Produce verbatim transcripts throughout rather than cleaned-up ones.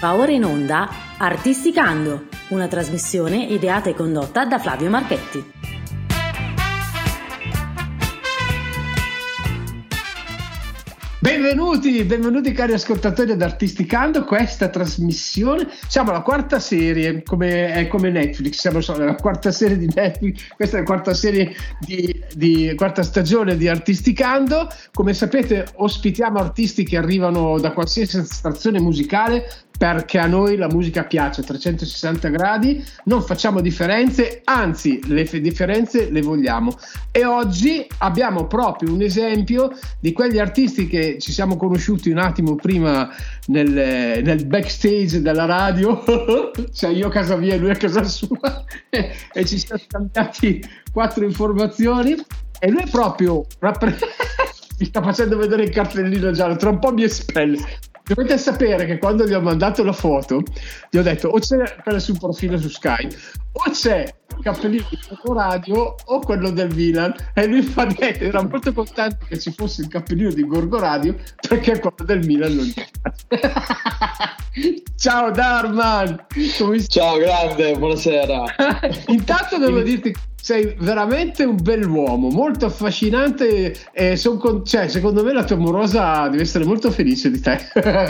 Va ora in onda Artisticando, una trasmissione ideata e condotta da Flavio Marchetti. Benvenuti, benvenuti cari ascoltatori ad Artisticando, questa trasmissione, siamo alla quarta serie, come, è come Netflix, siamo alla quarta serie di Netflix, questa è la quarta serie di, di quarta stagione di Artisticando. Come sapete ospitiamo artisti che arrivano da qualsiasi stazione musicale, perché a noi la musica piace a trecentosessanta gradi, non facciamo differenze, anzi le f- differenze le vogliamo. E oggi abbiamo proprio un esempio di quegli artisti che ci siamo conosciuti un attimo prima nel, nel backstage della radio, cioè io a casa mia e lui a casa sua, e, e ci siamo scambiati quattro informazioni e lui è proprio rappre- mi sta facendo vedere il cartellino giallo, tra un po' mi espelle. Dovete sapere che quando gli ho mandato la foto gli ho detto o c'è quella sul profilo su Sky o c'è il cappellino di Foto Radio o quello del Milan, e lui fa detto, era molto contento che ci fosse il cappellino di Gorgo Radio perché quello del Milan non c'è. Ciao Darman, come stai? Ciao grande, buonasera. Intanto devo dirti sei veramente un bell'uomo, molto affascinante e son con... cioè, secondo me la tua amorosa deve essere molto felice di te.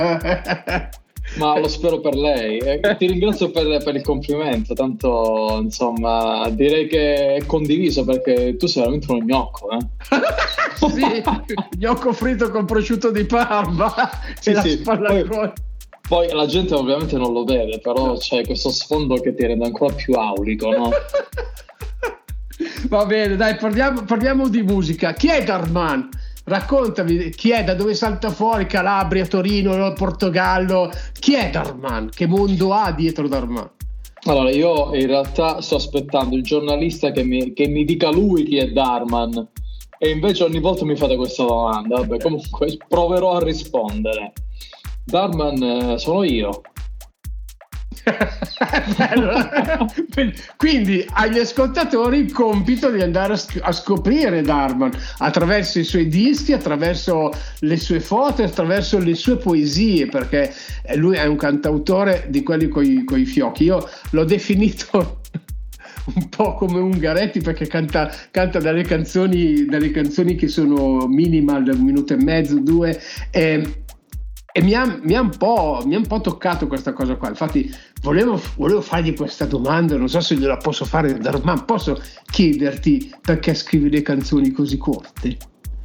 Ma lo spero per lei. Eh, ti ringrazio per, per il complimento, tanto insomma direi che è condiviso perché tu sei veramente uno gnocco. Eh? Sì, gnocco fritto con prosciutto di Parma sì, e la sì. spalla Poi, al collo. Poi la gente ovviamente non lo vede, però c'è questo sfondo che ti rende ancora più aulico, no? Va bene, dai, parliamo, parliamo di musica. Chi è Darman? Raccontami, chi è, da dove salta fuori? Calabria, Torino, Portogallo? Chi è Darman? Che mondo ha dietro Darman? Allora, io in realtà sto aspettando il giornalista che mi, che mi dica lui chi è Darman, e invece ogni volta mi fate questa domanda. Vabbè, comunque proverò a rispondere. Darman eh, sono io. Quindi agli ascoltatori il compito di andare a, sc- a scoprire Darman attraverso i suoi dischi, attraverso le sue foto, attraverso le sue poesie, perché lui è un cantautore di quelli coi, coi fiocchi. Io l'ho definito un po' come Ungaretti perché canta, canta delle canzoni delle canzoni che sono minimal, un minuto e mezzo, due, e E mi ha, mi, ha un po', mi ha un po' toccato questa cosa qua. Infatti volevo, volevo fargli questa domanda, non so se gliela posso fare, ma posso chiederti perché scrivi le canzoni così corte?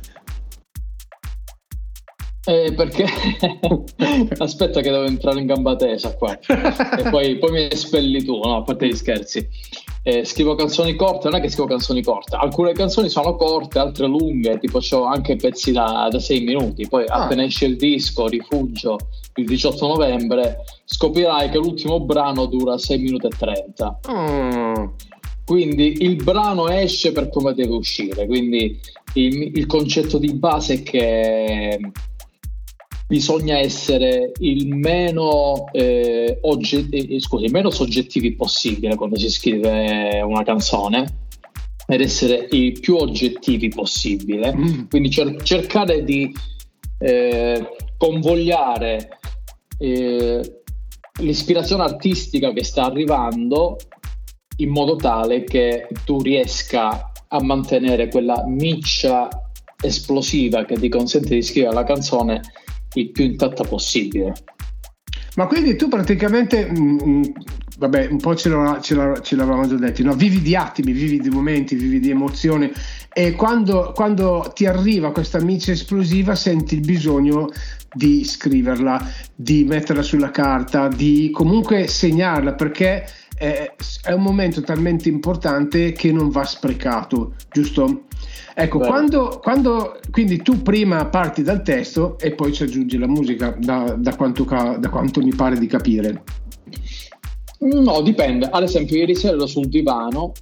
Eh, perché aspetta che devo entrare in gamba tesa qua e poi, poi mi espelli tu, no, a parte gli scherzi. Eh, scrivo canzoni corte, non è che scrivo canzoni corte, alcune canzoni sono corte, altre lunghe, tipo c'ho anche pezzi da, da sei minuti, poi ah. appena esce il disco Rifugio il diciotto novembre scoprirai che l'ultimo brano dura sei minuti e trenta. Mm. Quindi il brano esce per come deve uscire, quindi il, il concetto di base è che bisogna essere il meno eh, ogget- eh, scusi, il meno soggettivi possibile quando si scrive una canzone, ed essere i più oggettivi possibile. Mm. Quindi cer- cercare di eh, convogliare eh, l'ispirazione artistica che sta arrivando in modo tale che tu riesca a mantenere quella miccia esplosiva che ti consente di scrivere la canzone il più intatta possibile. Ma quindi tu praticamente mh, vabbè, un po' ce, l'ho, ce, l'ho, ce l'avevamo già detto, no? Vivi di attimi, vivi di momenti, vivi di emozioni, e quando, quando ti arriva questa miccia esplosiva senti il bisogno di scriverla, di metterla sulla carta, di comunque segnarla, perché è, è un momento talmente importante che non va sprecato, giusto? Ecco, quando, quando quindi tu prima parti dal testo e poi ci aggiungi la musica, da, da, quanto, da quanto mi pare di capire. No, dipende. Ad esempio ieri sera ero sul divano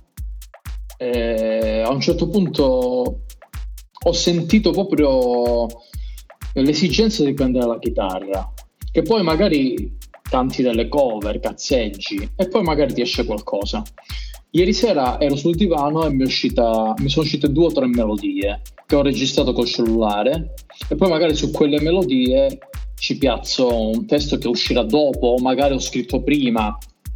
e a un certo punto ho sentito proprio l'esigenza di prendere la chitarra, che poi magari canti delle cover, cazzeggi e poi magari ti esce qualcosa. Ieri sera ero sul divano e mi, è uscita, mi sono uscite due o tre melodie che ho registrato col cellulare, e poi magari su quelle melodie ci piazzo un testo che uscirà dopo, o magari ho scritto prima,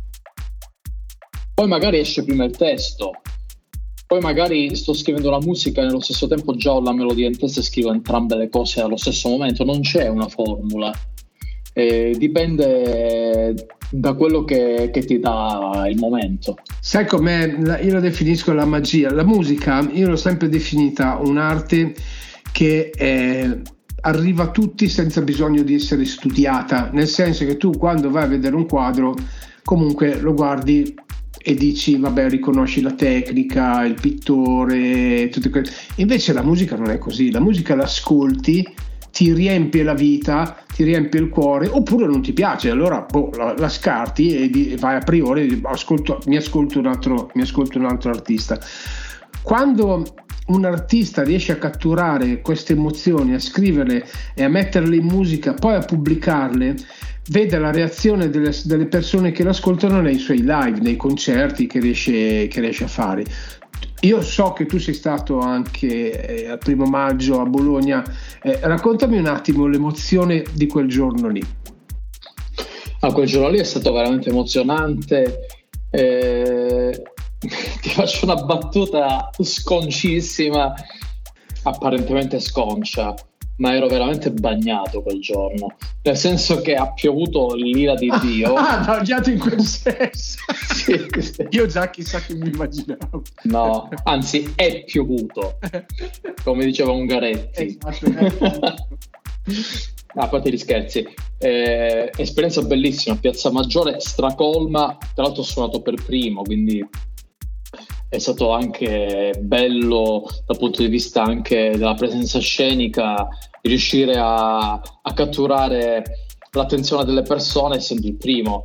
poi magari esce prima il testo, poi magari sto scrivendo la musica e nello stesso tempo già ho la melodia in testa e scrivo entrambe le cose allo stesso momento. Non c'è una formula, eh, dipende da quello che, che ti dà il momento. Sai com'è? Io lo definisco la magia. La musica io l'ho sempre definita un'arte che eh, arriva a tutti senza bisogno di essere studiata, nel senso che tu quando vai a vedere un quadro comunque lo guardi e dici vabbè, riconosci la tecnica, il pittore, tutte que- invece la musica non è così. La musica l'ascolti, ti riempie la vita, ti riempie il cuore, oppure non ti piace, allora boh, la, la scarti e, di, e vai a priori, ascolto, mi, ascolto un altro, mi ascolto un altro artista. Quando un artista riesce a catturare queste emozioni, a scriverle e a metterle in musica, poi a pubblicarle, vede la reazione delle, delle persone che l'ascoltano nei suoi live, nei concerti che riesce, che riesce a fare. Io so che tu sei stato anche eh, al primo maggio a Bologna, eh, raccontami un attimo l'emozione di quel giorno lì. Ah, quel giorno lì è stato veramente emozionante. Eh, ti faccio una battuta sconcissima, apparentemente sconcia, ma ero veramente bagnato quel giorno, nel senso che ha piovuto l'ira di Dio. Ah, ah bagnato in quel senso. Sì, sì. Io già chissà che mi immaginavo. No, anzi è piovuto, come diceva Ungaretti. Esatto. A parte gli scherzi, eh, esperienza bellissima, Piazza Maggiore stracolma, tra l'altro ho suonato per primo, quindi è stato anche bello dal punto di vista anche della presenza scenica, riuscire a, a catturare l'attenzione delle persone essendo il primo.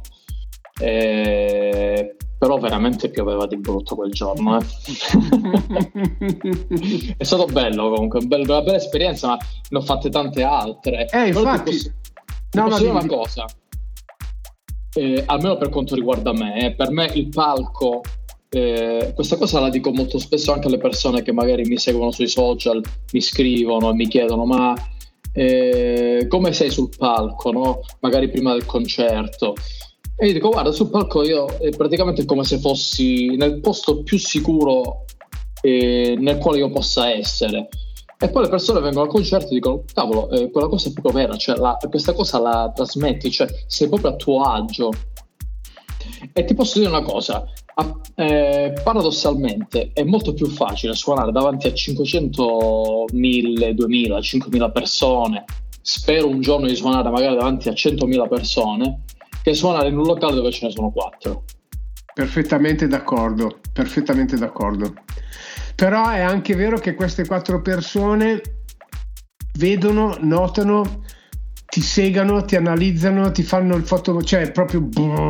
Eh, però veramente pioveva di brutto quel giorno, eh. È stato bello comunque, una bella, bella esperienza, ma ne ho fatte tante altre. Eh, infatti, posso, no, posso no, dire dimmi. una cosa, eh, almeno per quanto riguarda me, eh, per me il palco, eh, questa cosa la dico molto spesso anche alle persone che magari mi seguono sui social, mi scrivono e mi chiedono ma eh, come sei sul palco, no? Magari prima del concerto. E io dico guarda, sul palco io è praticamente come se fossi nel posto più sicuro eh, nel quale io possa essere. E poi le persone vengono al concerto e dicono cavolo, eh, quella cosa è proprio vera, cioè la, questa cosa la trasmetti, cioè sei proprio a tuo agio. E ti posso dire una cosa, a, eh, paradossalmente è molto più facile suonare davanti a cinquecento, mille, duemila, cinquemila persone, spero un giorno di suonare magari davanti a centomila persone, che suonare in un locale dove ce ne sono quattro. Perfettamente d'accordo, perfettamente d'accordo. Però è anche vero che queste quattro persone vedono, notano, ti segano, ti analizzano, ti fanno il foto, cioè proprio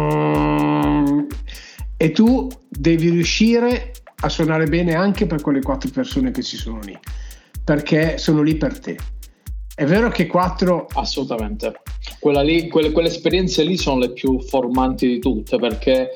boom, e tu devi riuscire a suonare bene anche per quelle quattro persone che ci sono lì, perché sono lì per te. È vero che quattro... Assolutamente. Quella lì, quelle, quelle esperienze lì sono le più formanti di tutte, perché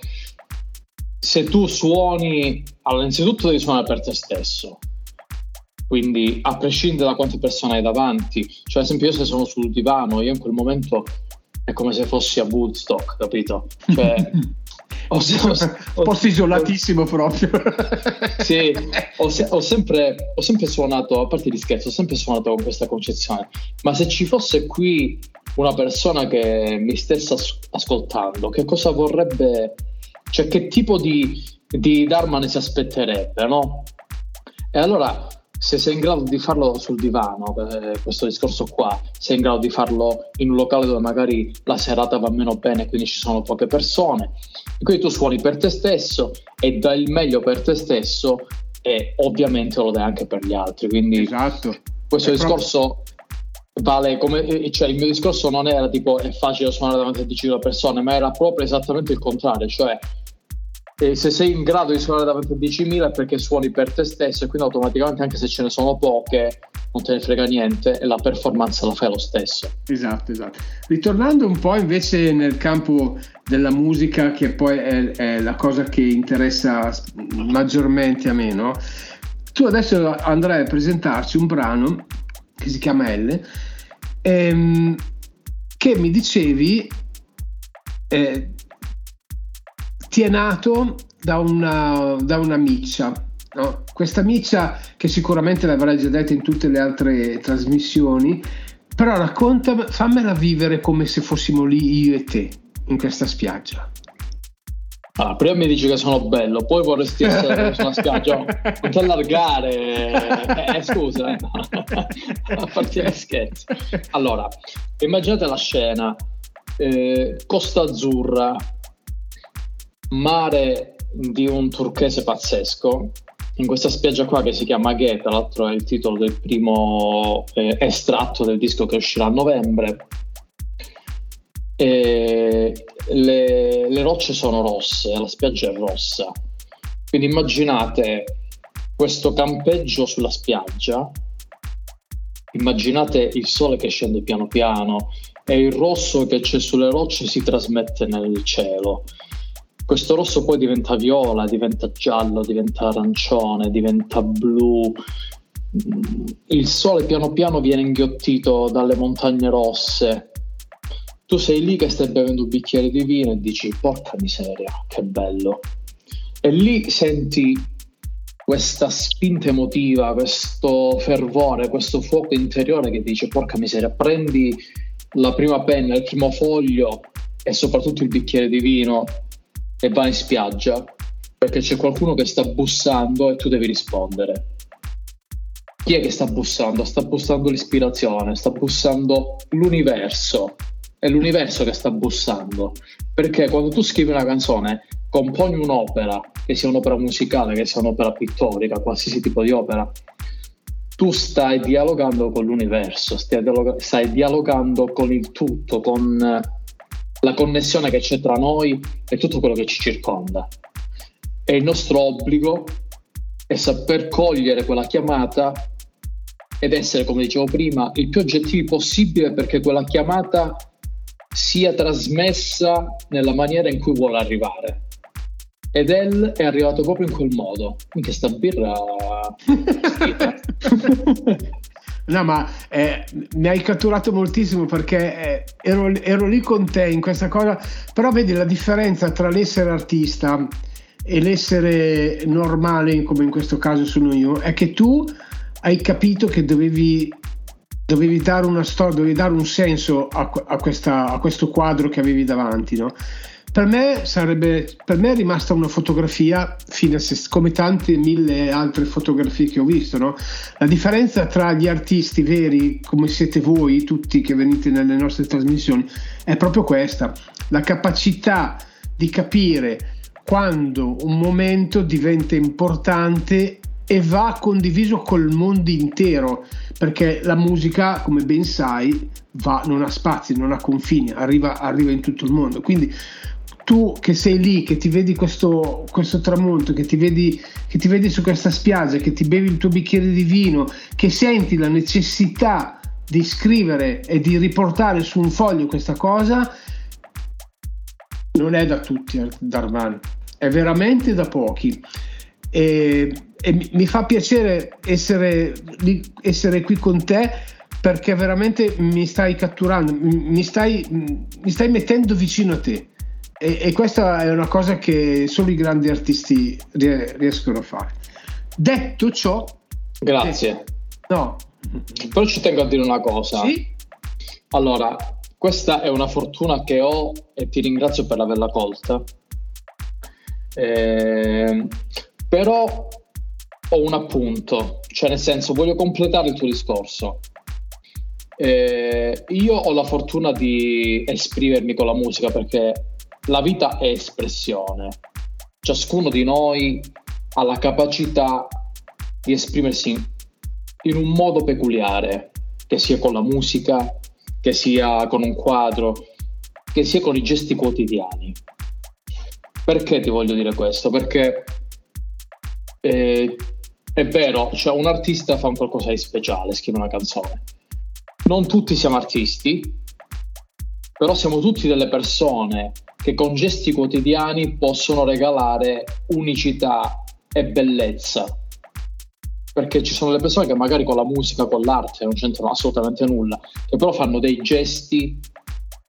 se tu suoni, allora innanzitutto devi suonare per te stesso, quindi a prescindere da quante persone hai davanti, cioè ad esempio io se sono sul divano, io in quel momento è come se fossi a Woodstock, capito? Cioè ho, ho, ho, posto isolatissimo proprio. Sì, ho, se, ho, sempre, ho sempre suonato, a parte gli scherzi, ho sempre suonato con questa concezione, ma se ci fosse qui una persona che mi stesse as- ascoltando, che cosa vorrebbe, cioè che tipo di, di Dharma si aspetterebbe, no? E allora se sei in grado di farlo sul divano, eh, questo discorso qua, sei in grado di farlo in un locale dove magari la serata va meno bene, quindi ci sono poche persone, e quindi tu suoni per te stesso e dai il meglio per te stesso e ovviamente lo dai anche per gli altri, quindi esatto. Questo è discorso proprio... vale come, cioè il mio discorso non era tipo è facile suonare davanti a diecimila persone, ma era proprio esattamente il contrario, cioè e se sei in grado di suonare davanti a diecimila è perché suoni per te stesso e quindi automaticamente anche se ce ne sono poche non te ne frega niente e la performance la fai lo stesso. Esatto, esatto. Ritornando un po' invece nel campo della musica, che poi è, è la cosa che interessa maggiormente a me, no? Tu adesso andrai a presentarci un brano che si chiama L, ehm, che mi dicevi eh, ti è nato da una, da una miccia, no? Questa miccia che sicuramente l'avrai già detta in tutte le altre trasmissioni, però racconta, fammela vivere come se fossimo lì io e te in questa spiaggia. Allora, prima mi dici che sono bello, poi vorresti essere su una spiaggia, non ti allargare, eh, scusa, no. A parte gli scherzi. Allora, immaginate la scena, eh, Costa Azzurra, mare di un turchese pazzesco, in questa spiaggia qua che si chiama Ghe, tra l'altro è il titolo del primo eh, estratto del disco che uscirà a novembre. E le, le rocce sono rosse, la spiaggia è rossa, quindi immaginate questo campeggio sulla spiaggia, immaginate il sole che scende piano piano e il rosso che c'è sulle rocce si trasmette nel cielo. Questo rosso poi diventa viola, diventa giallo, diventa arancione, diventa blu. Il sole piano piano viene inghiottito dalle montagne rosse. Tu sei lì che stai bevendo un bicchiere di vino e dici porca miseria, che bello. E lì senti questa spinta emotiva, questo fervore, questo fuoco interiore che dice porca miseria, prendi la prima penna, il primo foglio e soprattutto il bicchiere di vino e vai in spiaggia, perché c'è qualcuno che sta bussando e tu devi rispondere. Chi è che sta bussando? Sta bussando l'ispirazione, sta bussando l'universo. È l'universo che sta bussando, perché quando tu scrivi una canzone, componi un'opera, che sia un'opera musicale, che sia un'opera pittorica, qualsiasi tipo di opera, tu stai dialogando con l'universo, stai, dialog- stai dialogando con il tutto, con la connessione che c'è tra noi e tutto quello che ci circonda. E il nostro obbligo è saper cogliere quella chiamata ed essere, come dicevo prima, il più oggettivi possibile perché quella chiamata sia trasmessa nella maniera in cui vuole arrivare. Ed El è arrivato proprio in quel modo. Minchia, sta birra no ma eh, mi hai catturato moltissimo perché eh, ero, ero lì con te in questa cosa, però vedi la differenza tra l'essere artista e l'essere normale, come in questo caso sono io, è che tu hai capito che dovevi dovevi dare una storia, dovevi dare un senso a, a, questa, a questo quadro che avevi davanti, no? Per me sarebbe, per me è rimasta una fotografia fine a se, come tante mille altre fotografie che ho visto, no? La differenza tra gli artisti veri, come siete voi tutti che venite nelle nostre trasmissioni, è proprio questa: la capacità di capire quando un momento diventa importante e va condiviso col mondo intero, perché la musica, come ben sai, va, non ha spazi, non ha confini, arriva, arriva in tutto il mondo. Quindi tu che sei lì, che ti vedi questo, questo tramonto, che ti vedi, che ti vedi su questa spiaggia, che ti bevi il tuo bicchiere di vino, che senti la necessità di scrivere e di riportare su un foglio questa cosa, non è da tutti, Darman, è veramente da pochi. E, e mi fa piacere essere, essere qui con te, perché veramente mi stai catturando, mi stai, mi stai mettendo vicino a te, e, e questa è una cosa che solo i grandi artisti riescono a fare. Detto ciò, grazie. No, però ci tengo a dire una cosa. Sì? Allora, questa è una fortuna che ho e ti ringrazio per averla colta. Eh, però ho un appunto, cioè nel senso voglio completare il tuo discorso. Eh, io ho la fortuna di esprimermi con la musica perché la vita è espressione. Ciascuno di noi ha la capacità di esprimersi in un modo peculiare, che sia con la musica, che sia con un quadro, che sia con i gesti quotidiani. Perché ti voglio dire questo? Perché eh, è vero, cioè un artista fa un qualcosa di speciale, scrive una canzone. Non tutti siamo artisti, però siamo tutti delle persone che con gesti quotidiani possono regalare unicità e bellezza. Perché ci sono le persone che magari con la musica, con l'arte non c'entrano assolutamente nulla, che però fanno dei gesti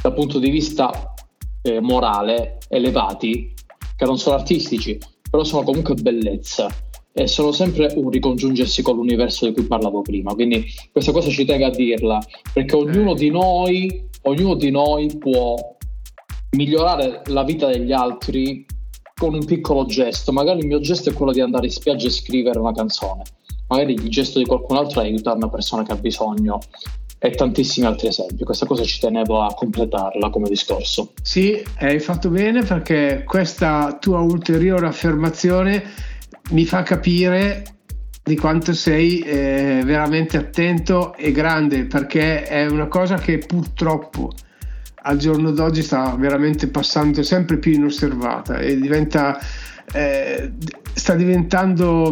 dal punto di vista eh, morale elevati, che non sono artistici, però sono comunque bellezza e sono sempre un ricongiungersi con l'universo di cui parlavo prima. Quindi questa cosa ci tengo a dirla, perché ognuno di noi ognuno di noi può migliorare la vita degli altri con un piccolo gesto. Magari il mio gesto è quello di andare in spiaggia e scrivere una canzone, magari il gesto di qualcun altro è aiutare una persona che ha bisogno, e tantissimi altri esempi. Questa cosa ci tenevo a completarla come discorso. Sì, hai fatto bene, perché questa tua ulteriore affermazione mi fa capire di quanto sei eh, veramente attento e grande, perché è una cosa che purtroppo al giorno d'oggi sta veramente passando sempre più inosservata e diventa eh, sta diventando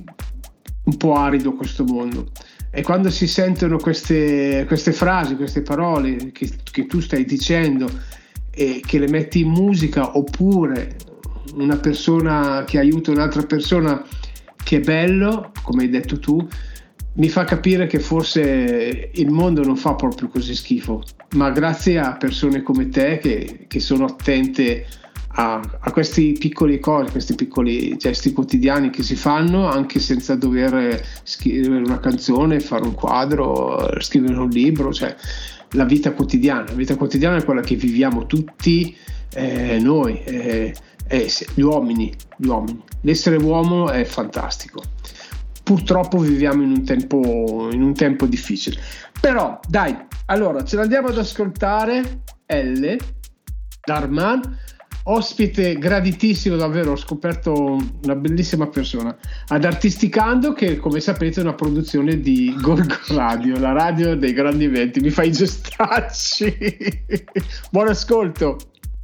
un po' arido questo mondo. E quando si sentono queste, queste frasi, queste parole che, che tu stai dicendo e che le metti in musica, oppure una persona che aiuta un'altra persona, che è bello, come hai detto tu, mi fa capire che forse il mondo non fa proprio così schifo, ma grazie a persone come te che, che sono attente a, a questi piccoli cose, questi piccoli gesti quotidiani che si fanno anche senza dover scrivere una canzone, fare un quadro, scrivere un libro, cioè la vita quotidiana. La vita quotidiana è quella che viviamo tutti eh, noi, eh, eh, gli uomini, gli uomini. L'essere uomo è fantastico. Purtroppo viviamo in un tempo, in un tempo difficile. Però dai, allora ce l'andiamo ad ascoltare. L Darman, ospite graditissimo, davvero, ho scoperto una bellissima persona ad Artisticando, che come sapete è una produzione di Gorgo Radio, la radio dei grandi eventi. Mi fai i gestacci. Buon ascolto.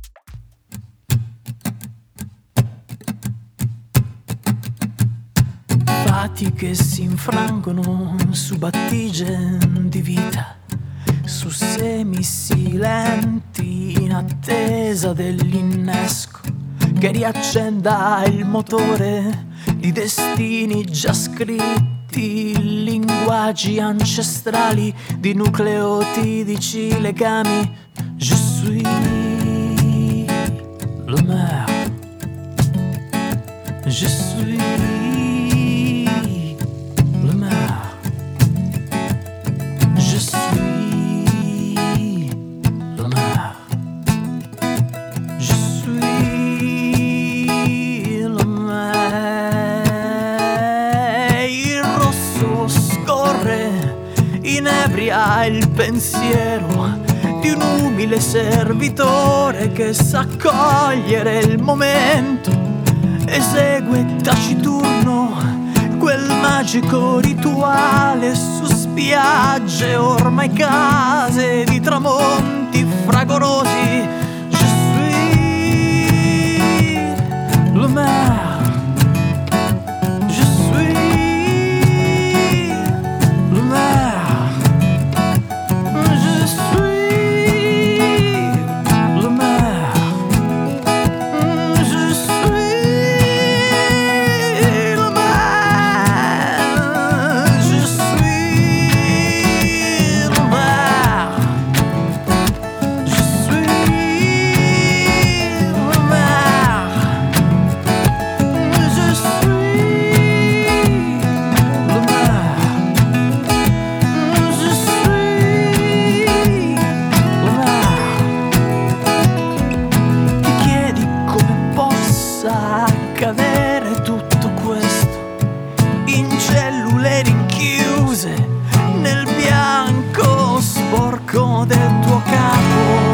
Fati che si infrangono su battigie di vita, su semi silenti in attesa dell'innesco che riaccenda il motore di destini già scritti, linguaggi ancestrali di nucleotidici legami. Je suis le maire, je suis le maire, je suis le maire, je suis le maire. Il rosso scorre, inebria il pensiero di un umile servitore che sa cogliere il momento, esegue taciturno quel magico rituale su spiagge, ormai case di tramonti fragorosi. Je suis le maire, je suis le maire, je suis le maire, je suis le maire, je suis le maire, je suis le maire, je suis le maire. Ti chiedi come possa accadere tutto questo in cellule rinchiuse nel bianco sporco del tuo capo.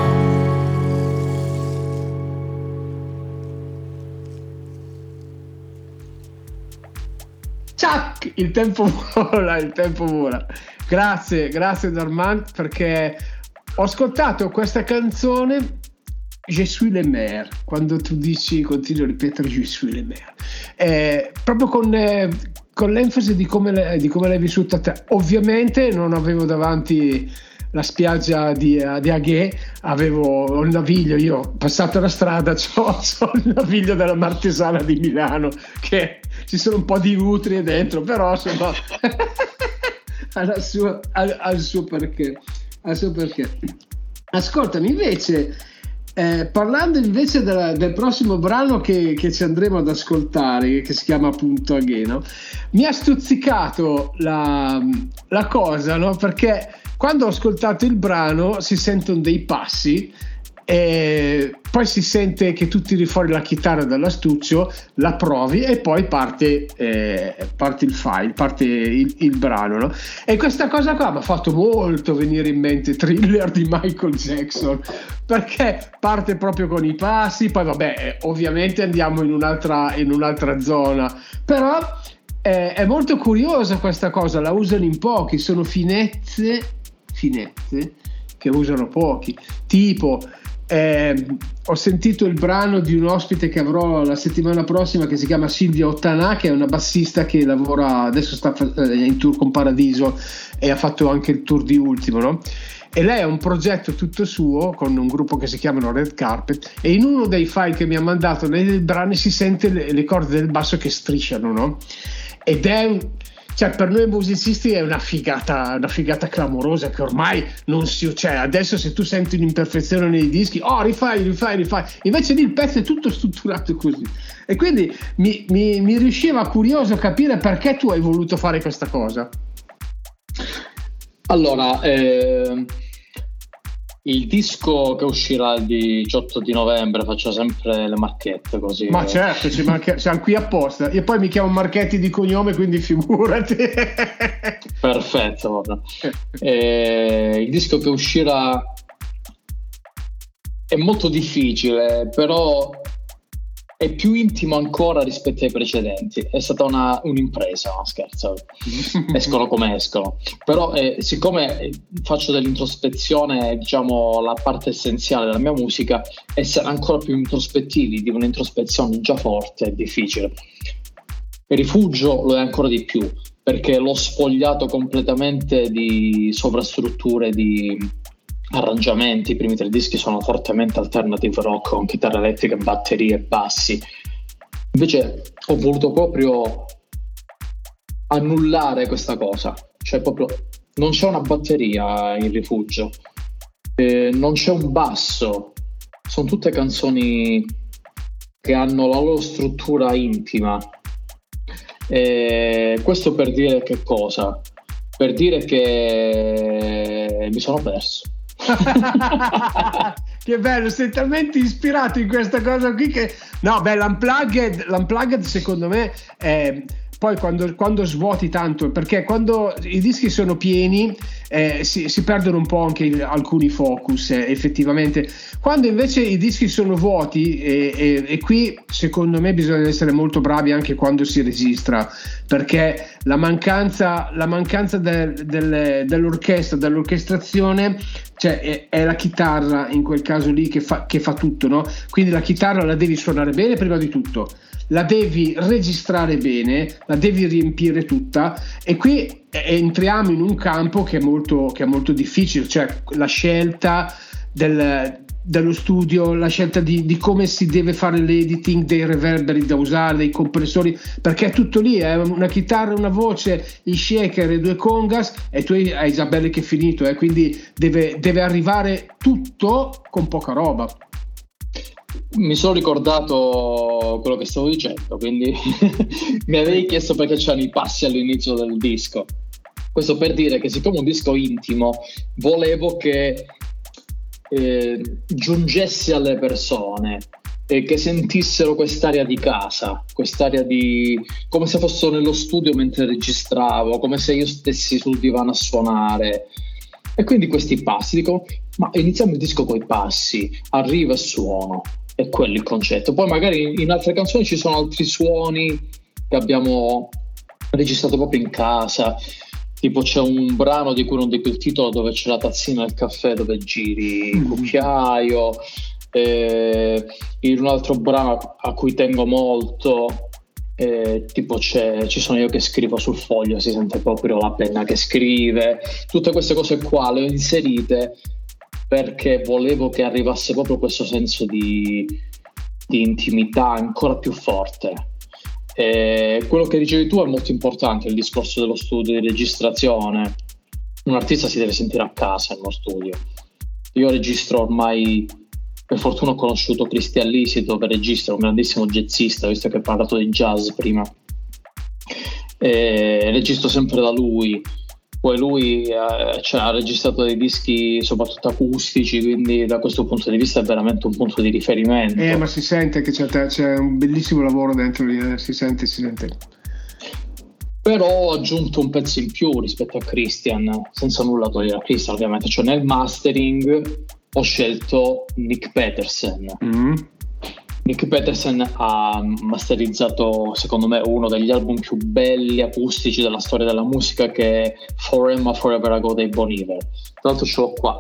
Ciac! Il tempo vola, il tempo vola. Grazie, grazie Darman, perché ho ascoltato questa canzone Je suis le maire, quando tu dici, continui a ripetere Je suis le maire, eh, proprio con, eh, con l'enfasi di come, le, di come l'hai vissuta te. Ovviamente non avevo davanti la spiaggia di, uh, di Aghe, avevo il naviglio, io ho passato la strada, c'ho, c'ho il naviglio della Martesana di Milano, che ci sono un po' di utrie dentro, però insomma al suo, al, al suo perché, al suo perché. Ascoltami, invece, eh, parlando invece della, del prossimo brano che, che ci andremo ad ascoltare, che si chiama appunto Agheno, mi ha stuzzicato la, la cosa, no? Perché quando ho ascoltato il brano si sentono dei passi e poi si sente che tu tiri fuori la chitarra dall'astuccio, la provi e poi parte, eh, parte il file, parte il, il brano, no? E questa cosa qua mi ha fatto molto venire in mente Thriller di Michael Jackson, perché parte proprio con i passi, poi vabbè, ovviamente andiamo in un'altra, in un'altra zona, però eh, è molto curiosa questa cosa, la usano in pochi, sono finezze finezze che usano pochi, tipo Eh, ho sentito il brano di un ospite che avrò la settimana prossima che si chiama Silvia Ottanà, che è una bassista che lavora adesso, sta in tour con Paradiso e ha fatto anche il tour di Ultimo, no? E lei ha un progetto tutto suo con un gruppo che si chiamano Red Carpet, e in uno dei file che mi ha mandato nei brani si sente le, le corde del basso che strisciano, no? Ed è un cioè per noi musicisti è una figata, una figata clamorosa che ormai non si, cioè adesso se tu senti un'imperfezione nei dischi, oh rifai, rifai, rifai, invece lì il pezzo è tutto strutturato così, e quindi mi, mi, mi riusciva curioso capire perché tu hai voluto fare questa cosa. Allora, eh, il disco che uscirà il diciotto di novembre, faccio sempre le marchette così. Ma certo, ci manca, siamo qui apposta. Io poi mi chiamo Marchetti di cognome, quindi figurati. Perfetto. Eh, il disco che uscirà è molto difficile, però è più intimo ancora rispetto ai precedenti. È stata una, un'impresa, no scherzo, escono come escono, però eh, siccome faccio dell'introspezione, diciamo la parte essenziale della mia musica, essere ancora più introspettivi di un'introspezione già forte è difficile. Il Rifugio lo è ancora di più, perché l'ho spogliato completamente di sovrastrutture, di arrangiamenti. I primi tre dischi sono fortemente alternative rock con chitarra elettrica, batterie e bassi. Invece ho voluto proprio annullare questa cosa, cioè proprio non c'è una batteria in Rifugio, eh, non c'è un basso, sono tutte canzoni che hanno la loro struttura intima. E questo per dire che cosa? Per dire che mi sono perso. Che bello, sei talmente ispirato in questa cosa qui che no, beh, l'unplugged, l'unplugged secondo me è poi quando, quando svuoti tanto, perché quando i dischi sono pieni eh, si, si perdono un po' anche il, alcuni focus eh, effettivamente. Quando invece i dischi sono vuoti e, e, e qui secondo me bisogna essere molto bravi anche quando si registra, perché la mancanza, la mancanza del, del, dell'orchestra, dell'orchestrazione, cioè è, è la chitarra in quel caso lì che fa, che fa tutto, no? Quindi la chitarra la devi suonare bene prima di tutto, la devi registrare bene, la devi riempire tutta, e qui entriamo in un campo che è molto, che è molto difficile, cioè la scelta del, dello studio, la scelta di, di come si deve fare l'editing, dei reverberi da usare, dei compressori, perché è tutto lì, è una chitarra, una voce, i shaker e due congas, e tu hai già belli che è finito, eh, quindi deve, deve arrivare tutto con poca roba. Mi sono ricordato quello che stavo dicendo, quindi mi avevi chiesto perché c'erano i passi all'inizio del disco. Questo per dire che siccome è un disco intimo, volevo che eh, giungesse alle persone e che sentissero quest'aria di casa, quest'aria di come se fossero nello studio mentre registravo, come se io stessi sul divano a suonare. E quindi questi passi, dico, ma iniziamo il disco coi passi, arriva e suono. È quello il concetto. Poi magari in altre canzoni ci sono altri suoni che abbiamo registrato proprio in casa, tipo c'è un brano di cui non dico il titolo, dove c'è la tazzina del caffè dove giri il cucchiaio, eh, in un altro brano a cui tengo molto, eh, tipo c'è, ci sono io che scrivo sul foglio, si sente proprio la penna che scrive. Tutte queste cose qua le ho inserite perché volevo che arrivasse proprio questo senso di, di intimità ancora più forte. E quello che dicevi tu è molto importante, il discorso dello studio di registrazione. Un artista si deve sentire a casa nello studio, io registro ormai, per fortuna ho conosciuto Christian Lisito che registra, un grandissimo jazzista, visto che ho parlato di jazz prima, e registro sempre da lui. Poi lui eh, cioè, ha registrato dei dischi soprattutto acustici, quindi da questo punto di vista è veramente un punto di riferimento. Eh, ma si sente che c'è, c'è un bellissimo lavoro dentro lì, eh? si sente, si sente. Però ho aggiunto un pezzo in più rispetto a Christian, senza nulla togliere a Christian ovviamente, cioè nel mastering ho scelto Nick Peterson. Mm. Nick Peterson ha masterizzato secondo me uno degli album più belli acustici della storia della musica, che è Forever Forever Ago dei Bon Iver. Tra l'altro ce l'ho qua.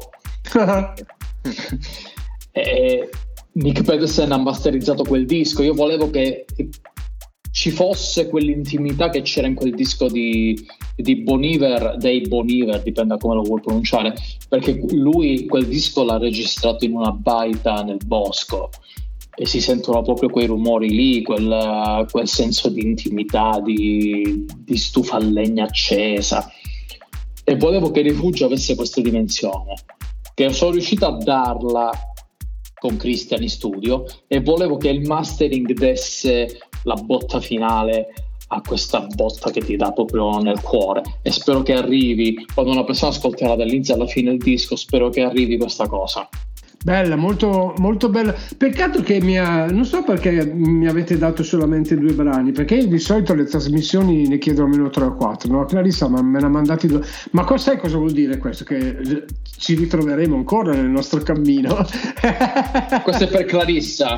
E Nick Peterson ha masterizzato quel disco. Io volevo che ci fosse quell'intimità che c'era in quel disco di, di Bon Iver, dei Bon Iver, dipende da come lo vuoi pronunciare, perché lui quel disco l'ha registrato in una baita nel bosco e si sentono proprio quei rumori lì, quel, quel senso di intimità, di, di stufa a legna accesa, e volevo che Rifugio avesse questa dimensione, che sono riuscito a darla con Christian in studio, e volevo che il mastering desse la botta finale a questa botta che ti dà proprio nel cuore, e spero che arrivi quando una persona ascolterà dall'inizio alla fine il disco, spero che arrivi questa cosa. Bella, molto, molto bella. Peccato che mi ha, non so perché mi avete dato solamente due brani, perché io di solito le trasmissioni ne chiedo almeno tre o quattro, no? Clarissa ma me ne ha mandati due. Ma cosa, sai cosa vuol dire questo? Che ci ritroveremo ancora nel nostro cammino. Questo è per Clarissa.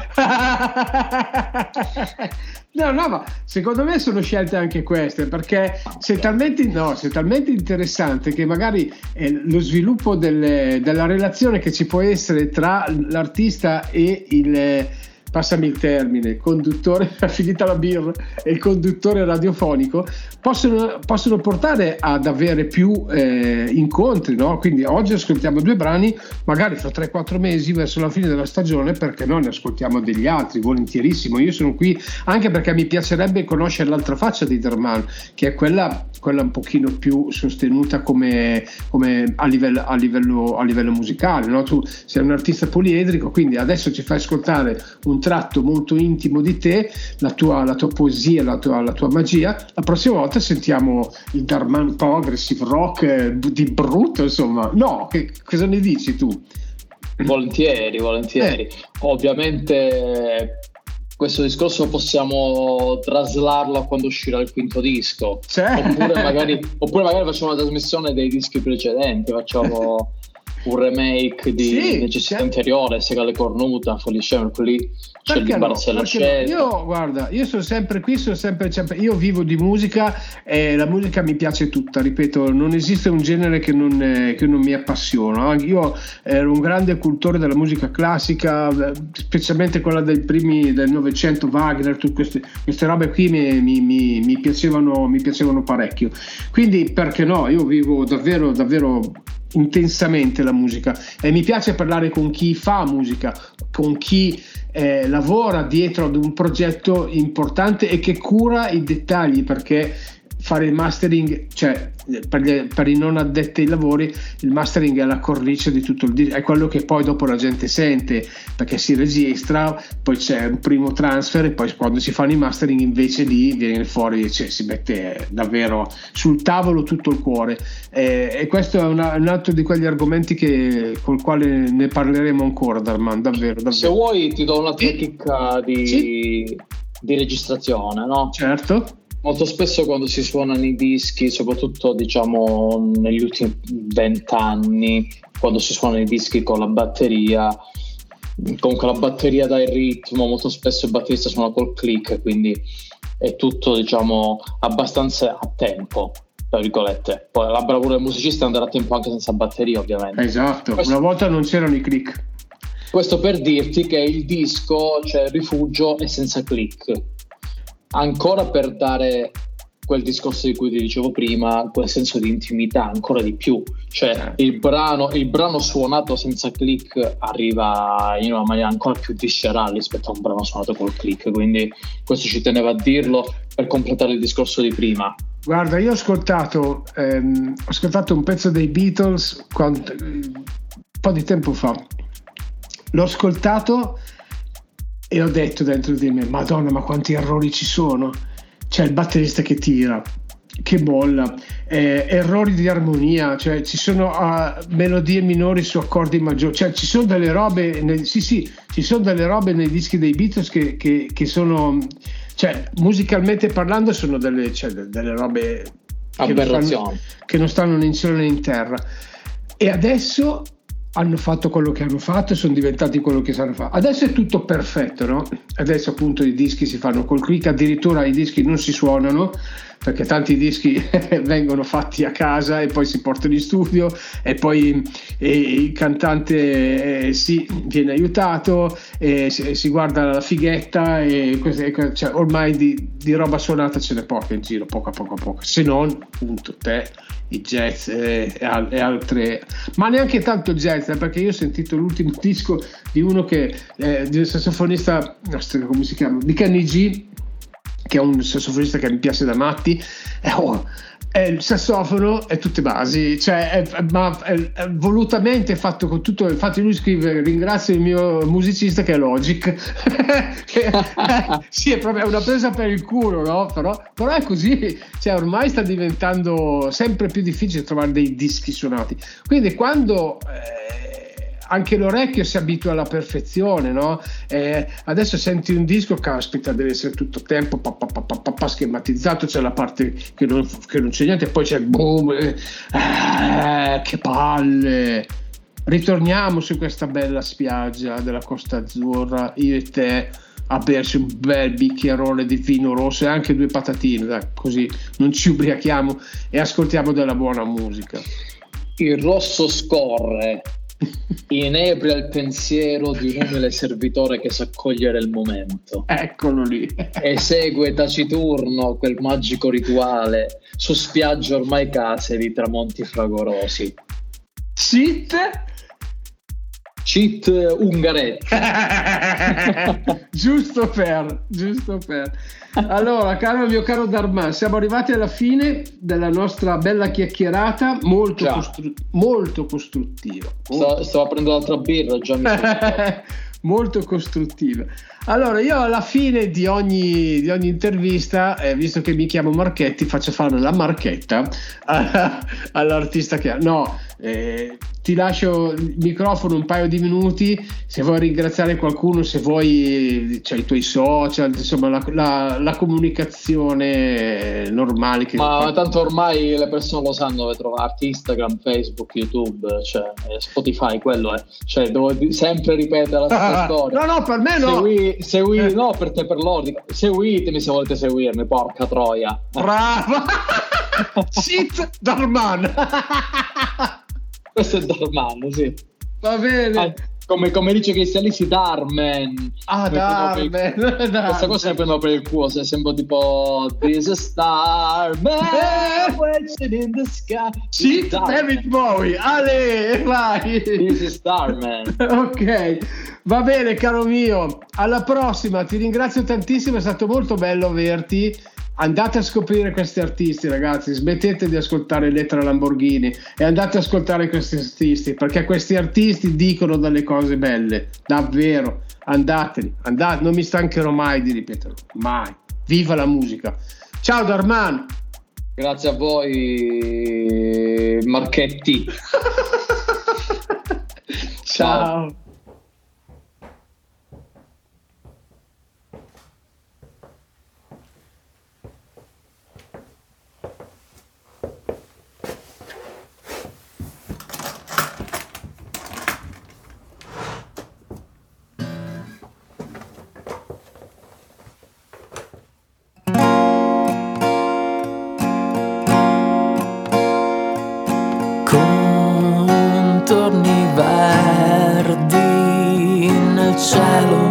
No, no, ma secondo me sono scelte anche queste, perché sei talmente, no, sei talmente interessante che magari eh, lo sviluppo delle, della relazione che ci può essere tra l'artista e il, passami il termine, il conduttore, finita la birra, e il conduttore radiofonico possono, possono portare ad avere più eh, incontri, no? Quindi oggi ascoltiamo due brani, magari fra tre quattro mesi verso la fine della stagione, perché no, ne ascoltiamo degli altri, volentierissimo. Io sono qui anche perché mi piacerebbe conoscere l'altra faccia di Darman, che è quella, quella un pochino più sostenuta come, come a livello, a livello, a livello musicale, no? Tu sei un artista poliedrico, quindi adesso ci fai ascoltare un tratto molto intimo di te, la tua, la tua poesia, la tua, la tua magia. La prossima volta sentiamo il Darman progressive rock eh, di brutto, insomma. No, che, cosa ne dici tu? Volentieri, volentieri. Eh. Ovviamente questo discorso possiamo traslarlo a quando uscirà il quinto disco, cioè. oppure, magari, oppure magari facciamo una trasmissione dei dischi precedenti, facciamo un remake di sì, Necessità Interiore, Segale Cornuta, Follisce, quelli c'è il Barcella Scelta. Io guarda, io sono sempre qui, sono sempre, sempre io vivo di musica e la musica mi piace tutta, ripeto, non esiste un genere che non, eh, che non mi appassiona. Io ero un grande cultore della musica classica, specialmente quella dei primi del Novecento, Wagner, tutte queste, queste robe qui mi, mi, mi, mi piacevano, mi piacevano parecchio. Quindi perché no? Io vivo davvero, davvero intensamente la musica e mi piace parlare con chi fa musica, con chi eh, lavora dietro ad un progetto importante e che cura i dettagli, perché fare il mastering, cioè per, gli, per i non addetti ai lavori, il mastering è la cornice di tutto il disco, è quello che poi dopo la gente sente, perché si registra, poi c'è un primo transfer e poi quando si fanno i mastering invece di viene fuori, cioè, si mette davvero sul tavolo tutto il cuore, eh, e questo è una, un altro di quegli argomenti che, col quale ne parleremo ancora, Darman, davvero, davvero. Se vuoi ti do una chicca di, sì. di registrazione, no? Certo. Molto spesso quando si suonano i dischi, soprattutto diciamo negli ultimi vent'anni, quando si suonano i dischi con la batteria, comunque la batteria dà il ritmo, molto spesso il batterista suona col click, quindi è tutto diciamo abbastanza a tempo, tra virgolette. Poi la bravura del musicista è andare a tempo anche senza batteria, ovviamente. Esatto, questo, una volta non c'erano i click. Questo per dirti che il disco, cioè il Rifugio, è senza click. Ancora per dare quel discorso di cui ti dicevo prima, quel senso di intimità ancora di più, cioè il brano, il brano suonato senza click arriva in una maniera ancora più viscerale rispetto a un brano suonato col click, quindi questo ci tenevo a dirlo per completare il discorso di prima. Guarda, io ho ascoltato ehm, ho ascoltato un pezzo dei Beatles quando, po' di tempo fa, l'ho ascoltato e ho detto dentro di me, Madonna, ma quanti errori ci sono. C'è il batterista che tira, che molla, eh, errori di armonia, cioè ci sono uh, melodie minori su accordi maggiori, cioè ci sono delle robe nei, sì sì ci sono delle robe nei dischi dei Beatles che, che, che sono, cioè musicalmente parlando sono delle, cioè, delle robe che non, stanno, che non stanno né in cielo né in terra, e adesso hanno fatto quello che hanno fatto e sono diventati quello che sanno fare. Adesso è tutto perfetto, no? Adesso appunto i dischi si fanno col click, addirittura i dischi non si suonano, perché tanti dischi vengono fatti a casa e poi si portano in studio e poi e il cantante eh, sì, viene aiutato e si, si guarda la fighetta e così, cioè, ormai di, di roba suonata ce n'è poca in giro, poco a poco a poco, se non appunto te, i jazz e, e altre, ma neanche tanto jazz, eh, perché io ho sentito l'ultimo disco di uno che eh, di un sassofonista, come si chiama, di Kenny G, che è un sassofonista che mi piace da matti, eh, oh, è il sassofono e tutte basi, cioè è, è, ma è, è volutamente fatto con tutto. Infatti lui scrive: ringrazio il mio musicista che è Logic che, eh, sì, è proprio una presa per il culo, no? Però, però è così, cioè ormai sta diventando sempre più difficile trovare dei dischi suonati, quindi quando eh, anche l'orecchio si abitua alla perfezione, no? Eh, adesso senti un disco, caspita, deve essere tutto tempo pa, pa, pa, pa, pa, pa, schematizzato, c'è la parte che non, che non c'è niente, poi c'è il boom, eh, eh, che palle. Ritorniamo su questa bella spiaggia della Costa Azzurra, io e te, a berci un bel bicchierone di vino rosso e anche due patatine, dai, così non ci ubriachiamo e ascoltiamo della buona musica. Il rosso scorre, inebria il pensiero di un umile servitore che sa cogliere il momento. Eccolo lì. Esegue taciturno quel magico rituale su spiagge ormai case di tramonti fragorosi. Sit Cheat Ungaretti. giusto per giusto per allora, caro mio caro Darman, siamo arrivati alla fine della nostra bella chiacchierata, molto, costru- molto costruttiva. Stavo, stavo prendendo l'altra birra, già mi sono molto costruttiva. Allora, io alla fine di ogni, di ogni intervista, eh, visto che mi chiamo Marchetti, faccio fare la marchetta a, all'artista che ha. No, eh, ti lascio il microfono un paio di minuti, se vuoi ringraziare qualcuno, se vuoi, cioè i tuoi social, insomma la, la, la comunicazione normale che ma fai. Tanto ormai le persone lo sanno dove trovarti: Instagram, Facebook, YouTube, cioè Spotify, quello è, cioè devo sempre ripetere la stessa storia. No, no, per me no. Segui, segui eh. No, per te, per loro, seguitemi se volete seguirmi, porca troia. Brava. Sit Darman. Questo è Darman, sì. Va bene. Ah, come, come dice Cristian Lisi, Darman. Ah, Darman. Il... Questa cosa mi prendo per il culo, se sembra tipo This is a star man watching in the sky. Sit David Bowie. Ale, vai. This is Starman. Ok, va bene, caro mio. Alla prossima, ti ringrazio tantissimo, è stato molto bello averti. Andate a scoprire questi artisti, ragazzi, smettete di ascoltare Elettra Lamborghini e andate a ascoltare questi artisti, perché questi artisti dicono delle cose belle, davvero. Andateli, andate, non mi stancherò mai di ripeterlo, mai. Viva la musica. Ciao Darman. Grazie a voi, Marchetti. Ciao. Contorni verdi nel cielo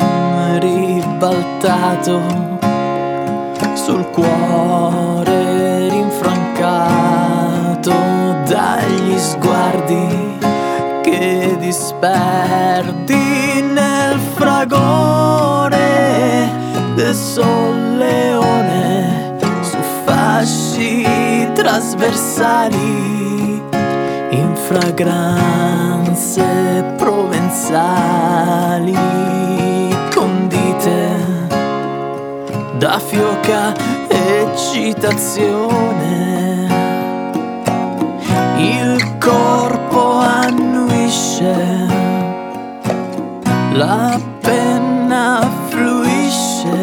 ribaltato, sul cuore rinfrancato dagli sguardi che disperdi nel fragore del solleone su fasci trasversali in fragranze provenzali condite da fioca eccitazione. Il corpo annuisce, la penna fluisce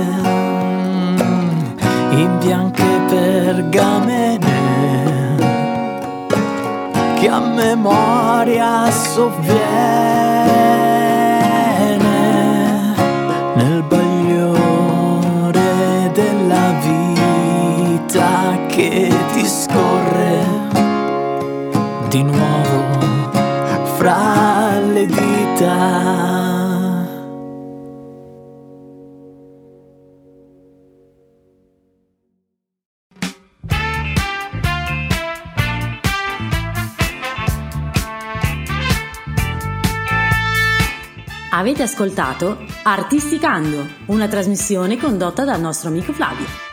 in bianche pergamene che a memoria sovviene nel bagliore della vita che ti scorre di nuovo fra le dita. Avete ascoltato Artisticando, una trasmissione condotta dal nostro amico Flavio.